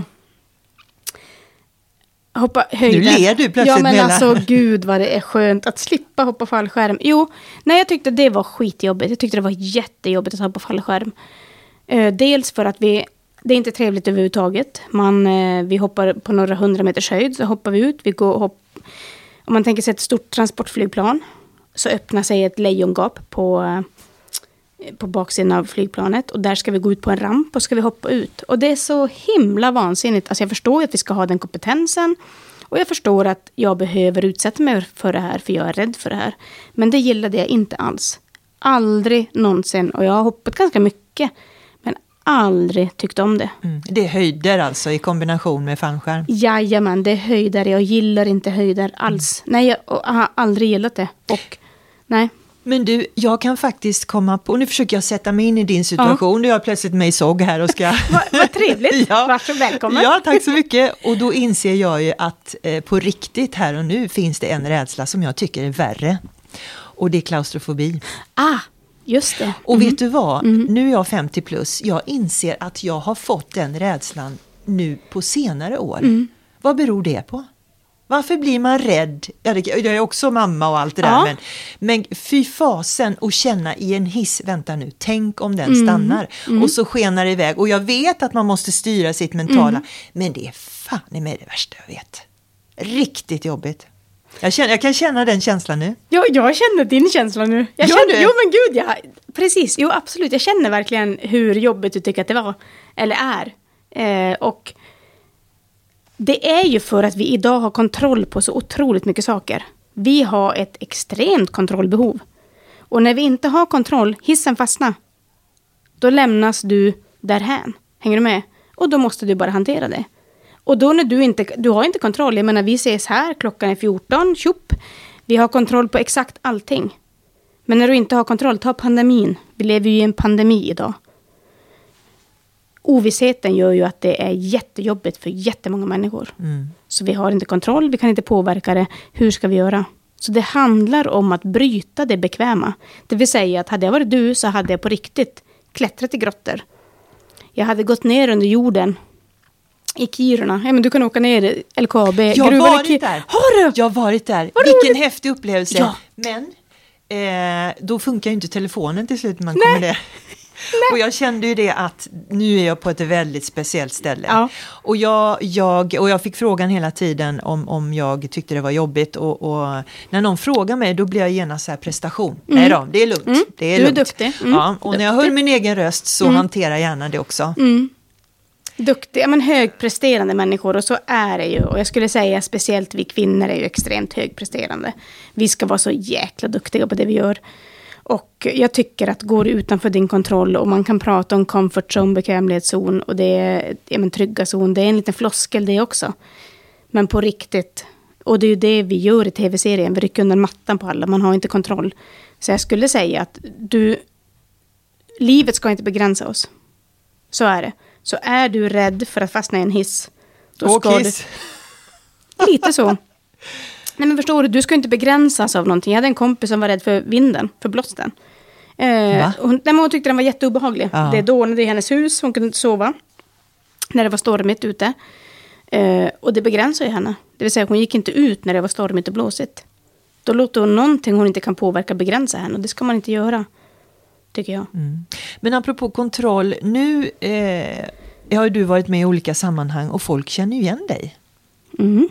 [SPEAKER 2] Hoppa höjden.
[SPEAKER 1] Nu ler du plötsligt.
[SPEAKER 2] Ja men hela... alltså gud vad det är skönt att slippa hoppa fallskärm. Jo, nej jag tyckte det var skitjobbigt. Jag tyckte det var jättejobbigt att hoppa fallskärm. Eh, dels för att vi, det är inte trevligt överhuvudtaget. Man, eh, vi hoppar på några hundra meters höjd så hoppar vi ut. Vi går hopp... Om man tänker sig ett stort transportflygplan så öppnar sig ett lejongap på... Eh, på baksidan av flygplanet och där ska vi gå ut på en ramp och ska vi hoppa ut. Och det är så himla vansinnigt. Alltså jag förstår att vi ska ha den kompetensen och jag förstår att jag behöver utsätta mig för det här för jag är rädd för det här. Men det gillade jag inte alls. Aldrig någonsin. Och jag har hoppat ganska mycket men aldrig tyckt om det.
[SPEAKER 1] Mm. Det är höjder alltså i kombination med fallskärm?
[SPEAKER 2] Jajamän, det är höjder. Jag gillar inte höjder alls. Mm. Nej, jag, jag har aldrig gillat det. Och nej.
[SPEAKER 1] Men du, jag kan faktiskt komma på, nu försöker jag sätta mig in i din situation, ja. Jag är plötsligt med i S O G här och ska...
[SPEAKER 2] Vad va trevligt,
[SPEAKER 1] ja.
[SPEAKER 2] Vart så välkommen.
[SPEAKER 1] Ja, tack så mycket. Och då inser jag ju att eh, på riktigt här och nu finns det en rädsla som jag tycker är värre. Och det är klaustrofobi.
[SPEAKER 2] Ah, just det.
[SPEAKER 1] Och
[SPEAKER 2] mm.
[SPEAKER 1] vet du vad,
[SPEAKER 2] Mm.
[SPEAKER 1] nu är jag femtio plus, jag inser att jag har fått den rädslan nu på senare år. Mm. Vad beror det på? Varför blir man rädd? Ja, det, jag är också mamma och allt det där.
[SPEAKER 2] Ja.
[SPEAKER 1] Men, men fy fasen att känna i en hiss, vänta nu, tänk om den
[SPEAKER 2] Mm.
[SPEAKER 1] stannar.
[SPEAKER 2] Mm.
[SPEAKER 1] Och så skenar det iväg. Och jag vet att man måste styra sitt mentala.
[SPEAKER 2] Mm.
[SPEAKER 1] Men det är fan i mig det värsta jag vet. Riktigt jobbigt. Jag, känner, jag kan känna den känslan nu.
[SPEAKER 2] Ja, jag känner din känsla nu. Jag
[SPEAKER 1] Gör
[SPEAKER 2] känner,
[SPEAKER 1] du?
[SPEAKER 2] jo men gud, ja. Precis, jo absolut. Jag känner verkligen hur jobbigt du tycker att det var. Eller är. Eh, och det är ju för att vi idag har kontroll på så otroligt mycket saker. Vi har ett extremt kontrollbehov. Och när vi inte har kontroll, hissen fastnar. Då lämnas du därhän. Hänger du med? Och då måste du bara hantera det. Och då när du inte, du har inte kontroll. Jag menar, vi ses här, klockan är fjorton, tjup. Vi har kontroll på exakt allting. Men när du inte har kontroll, ta pandemin. Vi lever ju i en pandemi idag. Ovissheten gör ju att det är jättejobbigt för jättemånga människor. Mm. Så vi har inte kontroll, vi kan inte påverka det. Hur ska vi göra? Så det handlar om att bryta det bekväma. Det vill säga att hade jag varit du så hade jag på riktigt klättrat i grottor. Jag hade gått ner under jorden i Kiruna. Ja, men du kan åka ner i L K A B.
[SPEAKER 1] Jag har varit där.
[SPEAKER 2] Har du?
[SPEAKER 1] Jag har varit där.
[SPEAKER 2] Vad
[SPEAKER 1] Vilken
[SPEAKER 2] roligt.
[SPEAKER 1] häftig upplevelse.
[SPEAKER 2] Ja.
[SPEAKER 1] Men eh, då funkar ju inte telefonen till slut när man
[SPEAKER 2] Nej.
[SPEAKER 1] kommer där. Och jag kände ju det att nu är jag på ett väldigt speciellt ställe.
[SPEAKER 2] Ja.
[SPEAKER 1] Och, jag, jag, och jag fick frågan hela tiden om, om jag tyckte det var jobbigt. Och, och när någon frågar mig då blir jag genast så här prestation. Mm. Nej då, det är lugnt.
[SPEAKER 2] Mm.
[SPEAKER 1] Det är
[SPEAKER 2] du
[SPEAKER 1] lugnt.
[SPEAKER 2] är duktig. Mm.
[SPEAKER 1] Ja, och
[SPEAKER 2] duktig.
[SPEAKER 1] när jag hör min egen röst så mm. hanterar jag gärna det också.
[SPEAKER 2] Mm. Duktiga, men högpresterande människor, och så är det ju. Och jag skulle säga speciellt vi kvinnor är ju extremt högpresterande. Vi ska vara så jäkla duktiga på det vi gör. Och jag tycker att går utanför din kontroll och man kan prata om comfort zone, bekvämlighetszon och det är ja, men trygga zon, det är en liten floskel det också. Men på riktigt, och det är ju det vi gör i tv-serien, vi rycker undan mattan på alla, man har inte kontroll. Så jag skulle säga att du, livet ska inte begränsa oss. Så är det. Så är du rädd för att fastna i en hiss, då ska
[SPEAKER 1] och
[SPEAKER 2] du... Lite så. Nej men förstår du, du ska inte begränsas av någonting. Jag hade en kompis som var rädd för vinden, för blåsten. Eh, hon, nej, men hon tyckte den var jätteobehaglig. Ja. Det dånade i hennes hus, hon kunde inte sova. När det var stormigt ute. Eh, och det begränsade ju henne. Det vill säga hon gick inte ut när det var stormigt och blåsigt. Då låter hon någonting hon inte kan påverka begränsa henne. Och det ska man inte göra, tycker jag. Mm.
[SPEAKER 1] Men apropå kontroll, nu eh, har du varit med i olika sammanhang och folk känner ju igen dig.
[SPEAKER 2] Mm.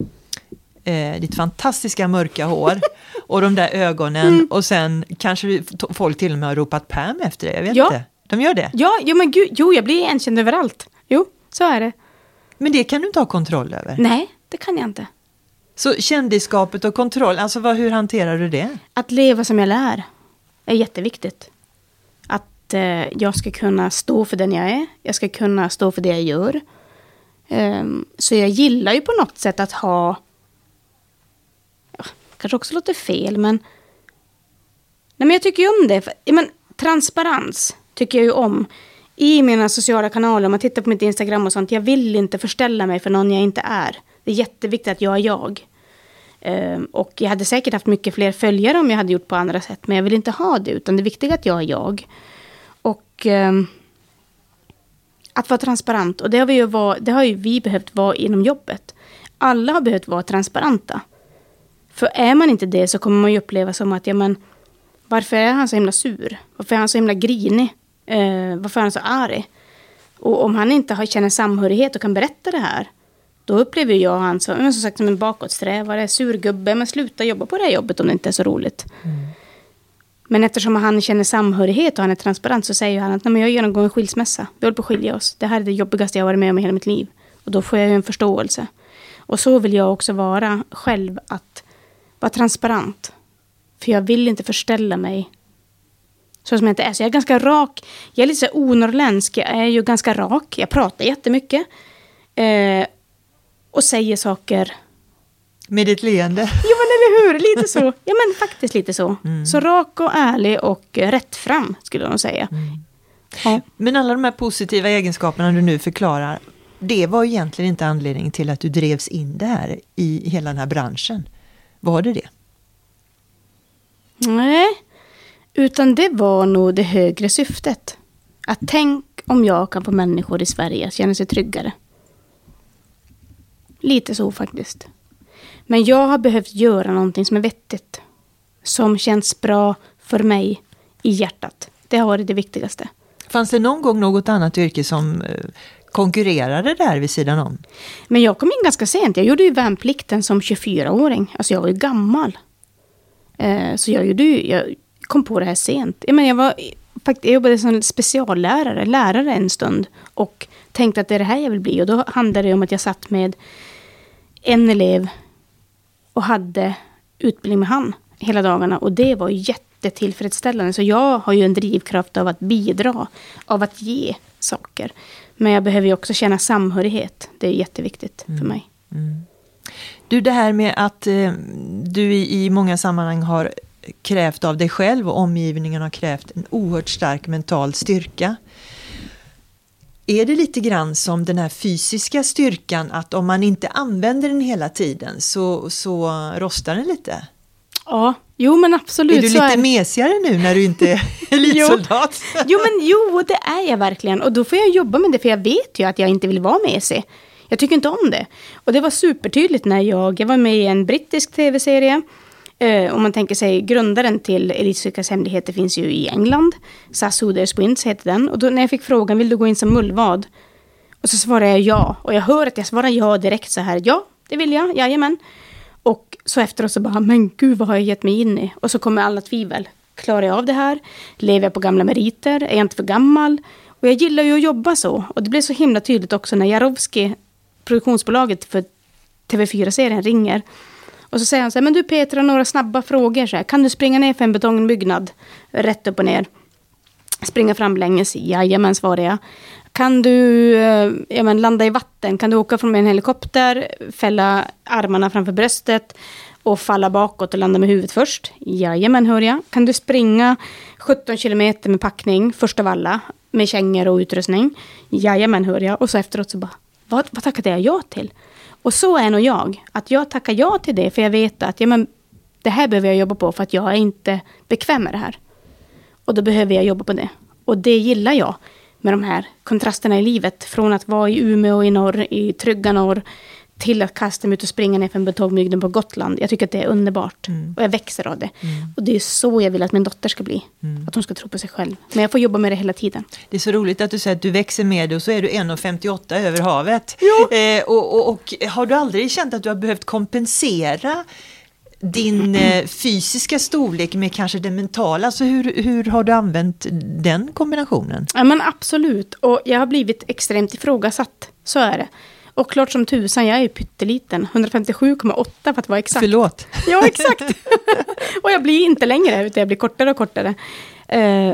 [SPEAKER 1] Eh, ditt fantastiska mörka hår och de där ögonen mm. och sen kanske folk till och med har ropat Pam efter dig, jag vet ja. inte. De gör det?
[SPEAKER 2] Ja, jo, men gud, jo, jag blir igenkänd överallt. Jo, så är det.
[SPEAKER 1] Men det kan du inte ha kontroll över?
[SPEAKER 2] Nej, det kan jag inte.
[SPEAKER 1] Så kändisskapet och kontroll, alltså vad, hur hanterar du det?
[SPEAKER 2] Att leva som jag lär är jätteviktigt. Att eh, jag ska kunna stå för den jag är. Jag ska kunna stå för det jag gör. Um, så jag gillar ju på något sätt att ha... Kanske också låter fel, men... Nej, men jag tycker ju om det. För, men, transparens tycker jag ju om. I mina sociala kanaler, om man tittar på mitt Instagram och sånt. Jag vill inte förställa mig för någon jag inte är. Det är jätteviktigt att jag är jag. Um, och jag hade säkert haft mycket fler följare om jag hade gjort på andra sätt. Men jag vill inte ha det, utan det är viktigt att jag är jag. Och... Um, att vara transparent. Och det har, vi ju var, det har ju vi behövt vara inom jobbet. Alla har behövt vara transparenta. För är man inte det så kommer man ju uppleva som att, ja men, varför är han så himla sur? Varför är han så himla grinig? Eh, varför är han så arg? Och om han inte har, känner samhörighet och kan berätta det här, då upplever jag han så, som sagt som en bakåtsträvare, surgubbe, men sluta jobba på det här jobbet om det inte är så roligt. Mm. Men eftersom han känner samhörighet och han är transparent så säger han att nej, men jag genomgår en skilsmässa. Vi håller på att skilja oss. Det här är det jobbigaste jag har varit med om i hela mitt liv. Och då får jag ju en förståelse. Och så vill jag också vara själv, att vara transparent. För jag vill inte förställa mig så som jag inte är. Så jag är ganska rak. Jag är lite så onorrländsk. Jag är ju ganska rak. Jag pratar jättemycket. Eh, och säger saker
[SPEAKER 1] Med ditt leende.
[SPEAKER 2] Jo, men eller hur? Lite så. Ja, men faktiskt lite så. Mm. Så rak och ärlig och rätt fram, skulle jag nog säga. Mm.
[SPEAKER 1] Ja. Men alla de här positiva egenskaperna du nu förklarar, det var egentligen inte anledningen till att du drevs in det här i hela den här branschen. Var det det?
[SPEAKER 2] Nej, utan det var nog det högre syftet. Att tänk om jag kan få människor i Sverige att känna sig tryggare. Lite så faktiskt. Men jag har behövt göra någonting som är vettigt. Som känns bra för mig i hjärtat. Det har varit det viktigaste.
[SPEAKER 1] Fanns det någon gång något annat yrke som konkurrerade där vid sidan om?
[SPEAKER 2] Men jag kom in ganska sent. Jag gjorde ju värnplikten som tjugofyraåring. Alltså jag var ju gammal. Så jag, gjorde ju, jag kom på det här sent. Jag, menar, jag, var, jag jobbade som speciallärare, lärare en stund. Och tänkte att det är det här jag vill bli. Och då handlade det om att jag satt med en elev och hade utbildning med han hela dagarna. Och det var jättetillfredsställande. Så jag har ju en drivkraft av att bidra, av att ge saker. Men jag behöver ju också känna samhörighet. Det är jätteviktigt mm. för mig.
[SPEAKER 1] Mm. Du, det här med att eh, du i, i många sammanhang har krävt av dig själv och omgivningen har krävt en oerhört stark mental styrka. Är det lite grann som den här fysiska styrkan att om man inte använder den hela tiden så, så rostar den lite?
[SPEAKER 2] Ja, jo men absolut.
[SPEAKER 1] Är du lite är... mesigare nu när du inte är elitsoldat?
[SPEAKER 2] jo. jo men jo, det är jag verkligen. Och då får jag jobba med det för jag vet ju att jag inte vill vara mesig. Jag tycker inte om det. Och det var supertydligt när jag, jag var med i en brittisk tv-serie. Eh, om man tänker sig, grundaren till Elitstyrkas hemligheter finns ju i England. SAS Who Dares Wins heter den. Och då när jag fick frågan, vill du gå in som mullvad? Och så svarade jag ja. Och jag hör att jag svarar ja direkt så här. Ja, det vill jag. Jajamän. Och så efteråt så bara, men gud vad har jag gett mig in i? Och så kommer alla tvivel. Klarar jag av det här? Lever jag på gamla meriter? Är jag inte för gammal? Och jag gillar ju att jobba så. Och det blev så himla tydligt också när Jarowski, produktionsbolaget för T V fyra-serien, ringer. Och så säger han så här, men du Petra, några snabba frågor. Så här, kan du springa ner för en betongbyggnad? Rätt upp och ner. Springa fram länges. Jajamän, svarar jag. Kan du eh, ja, men, landa i vatten? Kan du åka från en helikopter? Fälla armarna framför bröstet? Och falla bakåt och landa med huvudet först? Jajamän, hör jag. Kan du springa sjutton kilometer med packning? Först av alla. Med kängor och utrustning? Jajamän, hör jag. Och så efteråt så bara, vad, vad tackade jag ja till? Och så är nog jag. Att jag tackar ja till det. För jag vet att ja, men, det här behöver jag jobba på. För att jag är inte bekväm med det här. Och då behöver jag jobba på det. Och det gillar jag. Med de här kontrasterna i livet. Från att vara i Umeå i norr. I trygga norr. Till att kasta mig ut och springa ner för en betongbyggnad på Gotland. Jag tycker att det är underbart. Mm. Och jag växer av det. Mm. Och det är så jag vill att min dotter ska bli. Mm. Att hon ska tro på sig själv. Men jag får jobba med det hela tiden. Det
[SPEAKER 1] är så roligt att du säger att du växer med det. Och så är du en komma femtioåtta över havet. Eh, och, och, och har du aldrig känt att du har behövt kompensera din eh, fysiska storlek med kanske den mentala? Alltså hur, hur har du använt den kombinationen?
[SPEAKER 2] Ja men absolut. Och jag har blivit extremt ifrågasatt. Så är det. Och klart som tusan, jag är ju pytteliten. hundrafemtiosju komma åtta för att vara exakt.
[SPEAKER 1] Förlåt.
[SPEAKER 2] Ja, exakt. Och jag blir inte längre, utan jag blir kortare och kortare. Uh,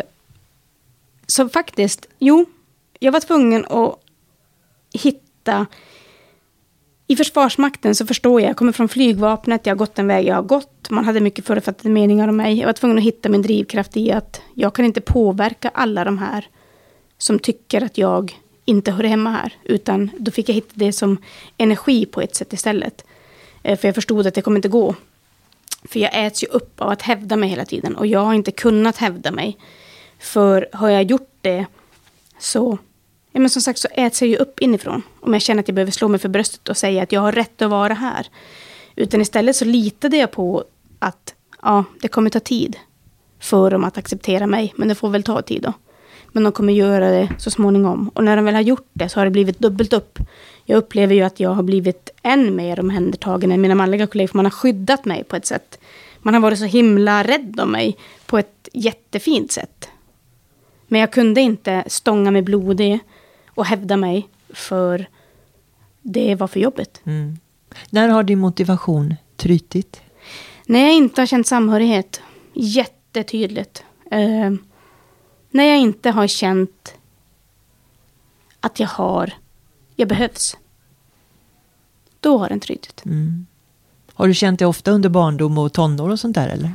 [SPEAKER 2] så faktiskt, jo, jag var tvungen att hitta... I Försvarsmakten så förstår jag, jag kommer från flygvapnet, jag har gått den väg jag har gått. Man hade mycket förutfattade meningar om mig. Jag var tvungen att hitta min drivkraft i att jag kan inte påverka alla de här som tycker att jag inte hör hemma här. Utan då fick jag hitta det som energi på ett sätt istället. Eh, för jag förstod att det kommer inte gå. För jag äts ju upp av att hävda mig hela tiden. Och jag har inte kunnat hävda mig. För har jag gjort det så... Ja, men som sagt så äts jag ju upp inifrån. Om jag känner att jag behöver slå mig för bröstet och säga att jag har rätt att vara här. Utan istället så litade jag på att ja, det kommer ta tid för dem att acceptera mig. Men det får väl ta tid då. Men de kommer göra det så småningom. Och när de väl har gjort det så har det blivit dubbelt upp. Jag upplever ju att jag har blivit än mer omhändertagen än mina manliga kollegor. För man har skyddat mig på ett sätt. Man har varit så himla rädd om mig på ett jättefint sätt. Men jag kunde inte stånga mig blodig och hävda mig för det var för jobbigt. Mm.
[SPEAKER 1] När har din motivation trytit?
[SPEAKER 2] När jag inte har känt samhörighet. Jättetydligt. Uh, när jag inte har känt att jag har, jag behövs. Då har den trytit. Mm.
[SPEAKER 1] Har du känt det ofta under barndom och tonår och sånt där eller?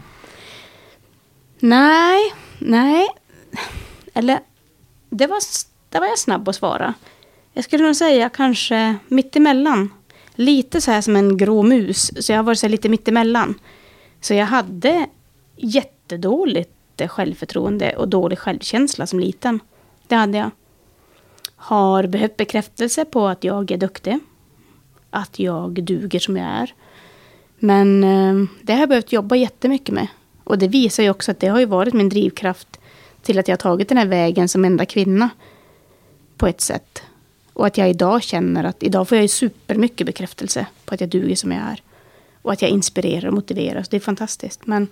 [SPEAKER 2] Nej, nej. Eller, det var, det var jag snabb att svara. Jag skulle nog säga kanske mittemellan. Lite så här som en grå mus. Så jag har varit så här lite mittemellan. Så jag hade jättedåligt självförtroende och dålig självkänsla som liten. Det hade jag. Har behövt bekräftelse på att jag är duktig. Att jag duger som jag är. Men eh, det har jag behövt jobba jättemycket med. Och det visar ju också att det har ju varit min drivkraft till att jag har tagit den här vägen som enda kvinna. På ett sätt. Och att jag idag känner att idag får jag ju supermycket bekräftelse på att jag duger som jag är. Och att jag inspirerar och motiverar. Så det är fantastiskt. Men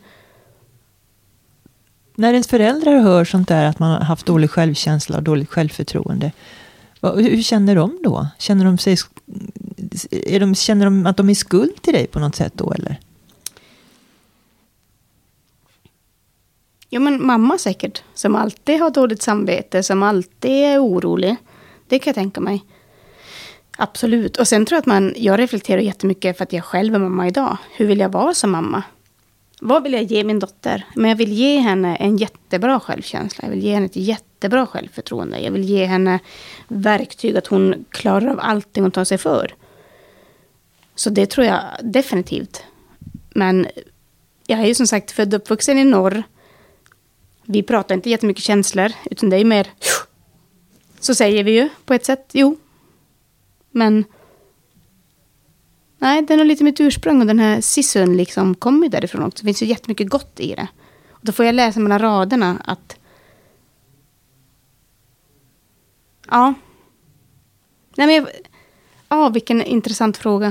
[SPEAKER 1] när ens föräldrar hör sånt där att man har haft dålig självkänsla och dåligt självförtroende. Hur känner de då? Känner de sig, är de, känner de att de är skuld till dig på något sätt då eller?
[SPEAKER 2] Jo men mamma säkert. Som alltid har dåligt samvete. Som alltid är orolig. Det kan jag tänka mig. Absolut. Och sen tror jag att man, jag reflekterar jättemycket för att jag själv är mamma idag. Hur vill jag vara som mamma? Vad vill jag ge min dotter? Men jag vill ge henne en jättebra självkänsla. Jag vill ge henne ett jättebra självförtroende. Jag vill ge henne verktyg att hon klarar av allting hon tar sig för. Så det tror jag definitivt. Men jag är ju som sagt född och uppvuxen i norr. Vi pratar inte jättemycket känslor. Utan det är mer, så säger vi ju på ett sätt. Jo. Men nej, det är nog lite mitt ursprung och den här sisun liksom kommer därifrån också. Det finns ju jättemycket gott i det. Och då får jag läsa mellan raderna att ja. Nej men jag, ja, vilken intressant fråga.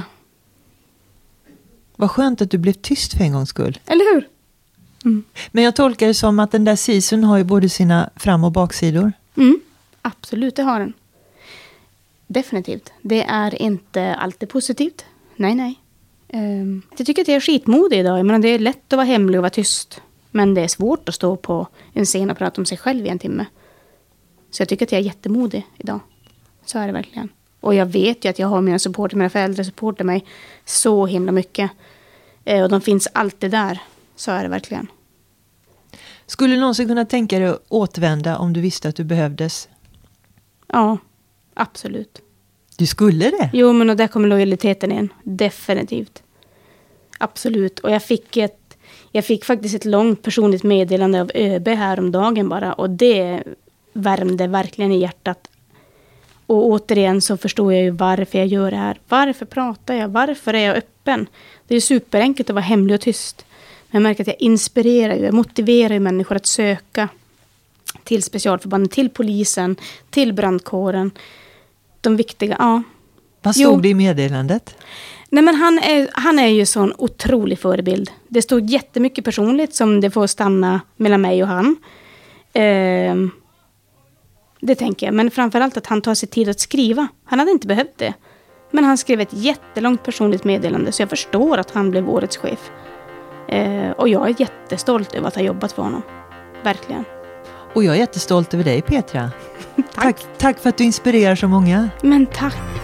[SPEAKER 1] Vad skönt att du blev tyst för en gångs skull.
[SPEAKER 2] Eller hur? Mm.
[SPEAKER 1] Men jag tolkar det som att den där sisun har ju både sina fram- och baksidor.
[SPEAKER 2] Mm, absolut, det har den. Definitivt. Det är inte alltid positivt. Nej, nej. Um, jag tycker att jag är skitmodig idag. Jag menar, det är lätt att vara hemlig och vara tyst. Men det är svårt att stå på en scen och prata om sig själv i en timme. Så jag tycker att jag är jättemodig idag. Så är det verkligen. Och jag vet ju att jag har mina supporter, mina föräldrar supportar mig så himla mycket. Uh, och de finns alltid där. Så är det verkligen.
[SPEAKER 1] Skulle du någonsin kunna tänka dig att återvända om du visste att du behövdes?
[SPEAKER 2] Ja, absolut.
[SPEAKER 1] Du skulle det?
[SPEAKER 2] Jo, men och där kommer lojaliteten in. Definitivt. Absolut. Och jag fick ett, jag fick faktiskt ett långt personligt meddelande av ÖB här om dagen bara. Och det värmde verkligen i hjärtat. Och återigen så förstår jag ju varför jag gör det här. Varför pratar jag? Varför är jag öppen? Det är superenkelt att vara hemlig och tyst. Men jag märker att jag inspirerar ju, jag motiverar ju människor att söka till specialförbanden, till polisen, till brandkåren. De viktiga, ja.
[SPEAKER 1] Vad stod jo. det i meddelandet?
[SPEAKER 2] Nej men han är, han är ju sån otrolig förebild. Det stod jättemycket personligt som det får stanna mellan mig och han. Eh, det tänker jag. Men framförallt att han tar sig tid att skriva. Han hade inte behövt det. Men han skrev ett jättelångt personligt meddelande så jag förstår att han blev årets chef. Eh, och jag är jättestolt över att ha jobbat för honom. Verkligen.
[SPEAKER 1] Och jag är jättestolt över dig, Petra.
[SPEAKER 2] Tack.
[SPEAKER 1] tack. Tack för att du inspirerar så många.
[SPEAKER 2] Men tack.